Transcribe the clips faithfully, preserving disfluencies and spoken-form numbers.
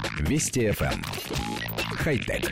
Вести эф эм. Хай-тек.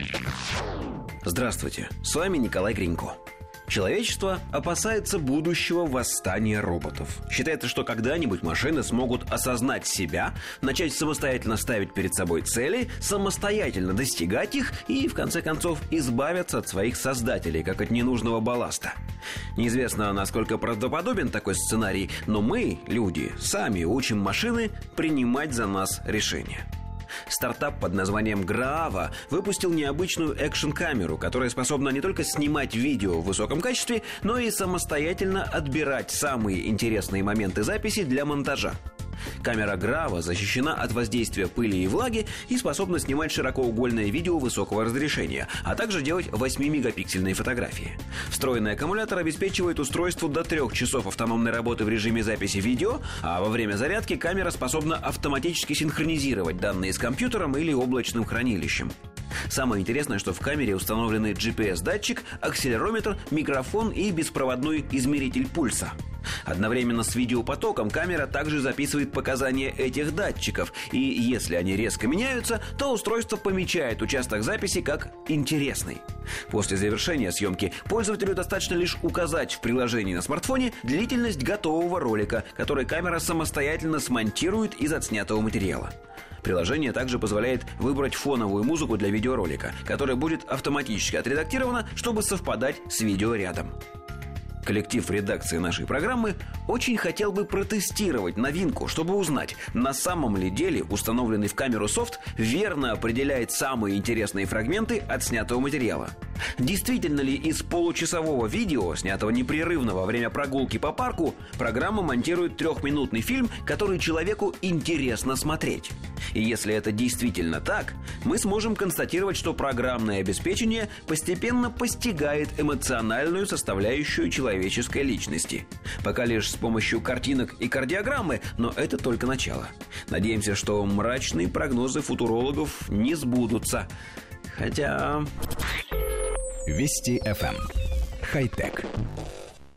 Здравствуйте, с вами Николай Гринько. Человечество опасается будущего восстания роботов. Считается, что когда-нибудь машины смогут осознать себя, начать самостоятельно ставить перед собой цели, самостоятельно достигать их и, в конце концов, избавиться от своих создателей, как от ненужного балласта. Неизвестно, насколько правдоподобен такой сценарий, но мы, люди, сами учим машины принимать за нас решения. Стартап под названием Graava выпустил необычную экшн-камеру, которая способна не только снимать видео в высоком качестве, но и самостоятельно отбирать самые интересные моменты записи для монтажа. Камера Graava защищена от воздействия пыли и влаги и способна снимать широкоугольное видео высокого разрешения, а также делать восьмимегапиксельные фотографии. Встроенный аккумулятор обеспечивает устройству до трех часов автономной работы в режиме записи видео, а во время зарядки камера способна автоматически синхронизировать данные с компьютером или облачным хранилищем. Самое интересное, что в камере установлены джи пи эс-датчик, акселерометр, микрофон и беспроводной измеритель пульса. Одновременно с видеопотоком камера также записывает показания этих датчиков, и если они резко меняются, то устройство помечает участок записи как интересный. После завершения съемки пользователю достаточно лишь указать в приложении на смартфоне длительность готового ролика, который камера самостоятельно смонтирует из отснятого материала. Приложение также позволяет выбрать фоновую музыку для видеоролика, которая будет автоматически отредактирована, чтобы совпадать с видео рядом. Коллектив редакции нашей программы очень хотел бы протестировать новинку, чтобы узнать, на самом ли деле установленный в камеру софт верно определяет самые интересные фрагменты отснятого материала. Действительно ли из получасового видео, снятого непрерывно во время прогулки по парку, программа монтирует трехминутный фильм, который человеку интересно смотреть? И если это действительно так, мы сможем констатировать, что программное обеспечение постепенно постигает эмоциональную составляющую человеческой личности. Пока лишь с помощью картинок и кардиограммы, но это только начало. Надеемся, что мрачные прогнозы футурологов не сбудутся. Хотя... Вести эф эм. Хай-тек.